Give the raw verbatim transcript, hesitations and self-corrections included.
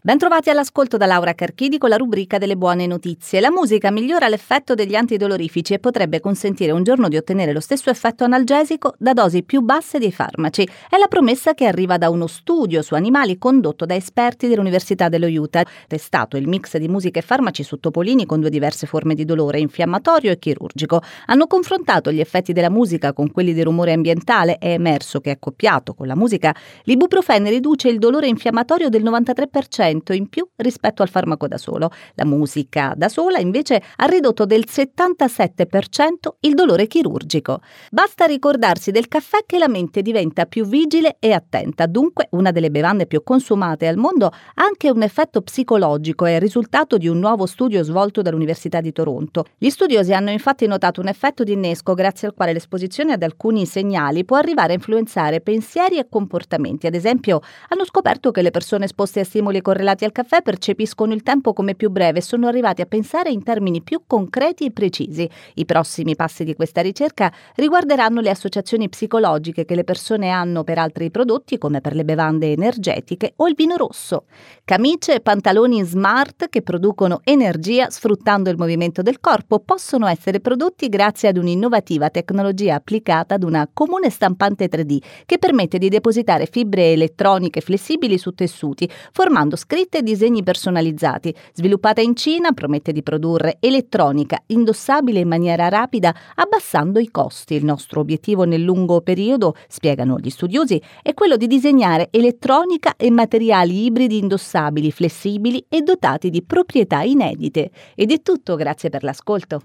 Bentrovati all'ascolto da Laura Carchidi con la rubrica delle buone notizie. La musica migliora l'effetto degli antidolorifici e potrebbe consentire un giorno di ottenere lo stesso effetto analgesico da dosi più basse dei farmaci. È la promessa che arriva da uno studio su animali condotto da esperti dell'Università dello Utah. Testato il mix di musica e farmaci su topolini con due diverse forme di dolore, infiammatorio e chirurgico. Hanno confrontato gli effetti della musica con quelli di rumore ambientale. È emerso che, accoppiato con la musica, l'ibuprofene riduce il dolore infiammatorio del novantatré per cento in più rispetto al farmaco da solo. La musica da sola invece ha ridotto del settantasette per cento il dolore chirurgico. Basta ricordarsi del caffè che la mente diventa più vigile e attenta. Dunque, una delle bevande più consumate al mondo ha anche un effetto psicologico, è il risultato di un nuovo studio svolto dall'Università di Toronto. Gli studiosi hanno infatti notato un effetto di innesco grazie al quale l'esposizione ad alcuni segnali può arrivare a influenzare pensieri e comportamenti. Ad esempio, hanno scoperto che le persone esposte a stimoli correlati al caffè percepiscono il tempo come più breve e sono arrivati a pensare in termini più concreti e precisi. I prossimi passi di questa ricerca riguarderanno le associazioni psicologiche che le persone hanno per altri prodotti come per le bevande energetiche o il vino rosso. Camicie e pantaloni smart che producono energia sfruttando il movimento del corpo possono essere prodotti grazie ad un'innovativa tecnologia applicata ad una comune stampante tre D che permette di depositare fibre elettroniche flessibili su tessuti, formando scritte e disegni personalizzati. Sviluppata in Cina, promette di produrre elettronica indossabile in maniera rapida, abbassando i costi. Il nostro obiettivo nel lungo periodo, spiegano gli studiosi, è quello di disegnare elettronica e materiali ibridi indossabili, flessibili e dotati di proprietà inedite. Ed è tutto, grazie per l'ascolto.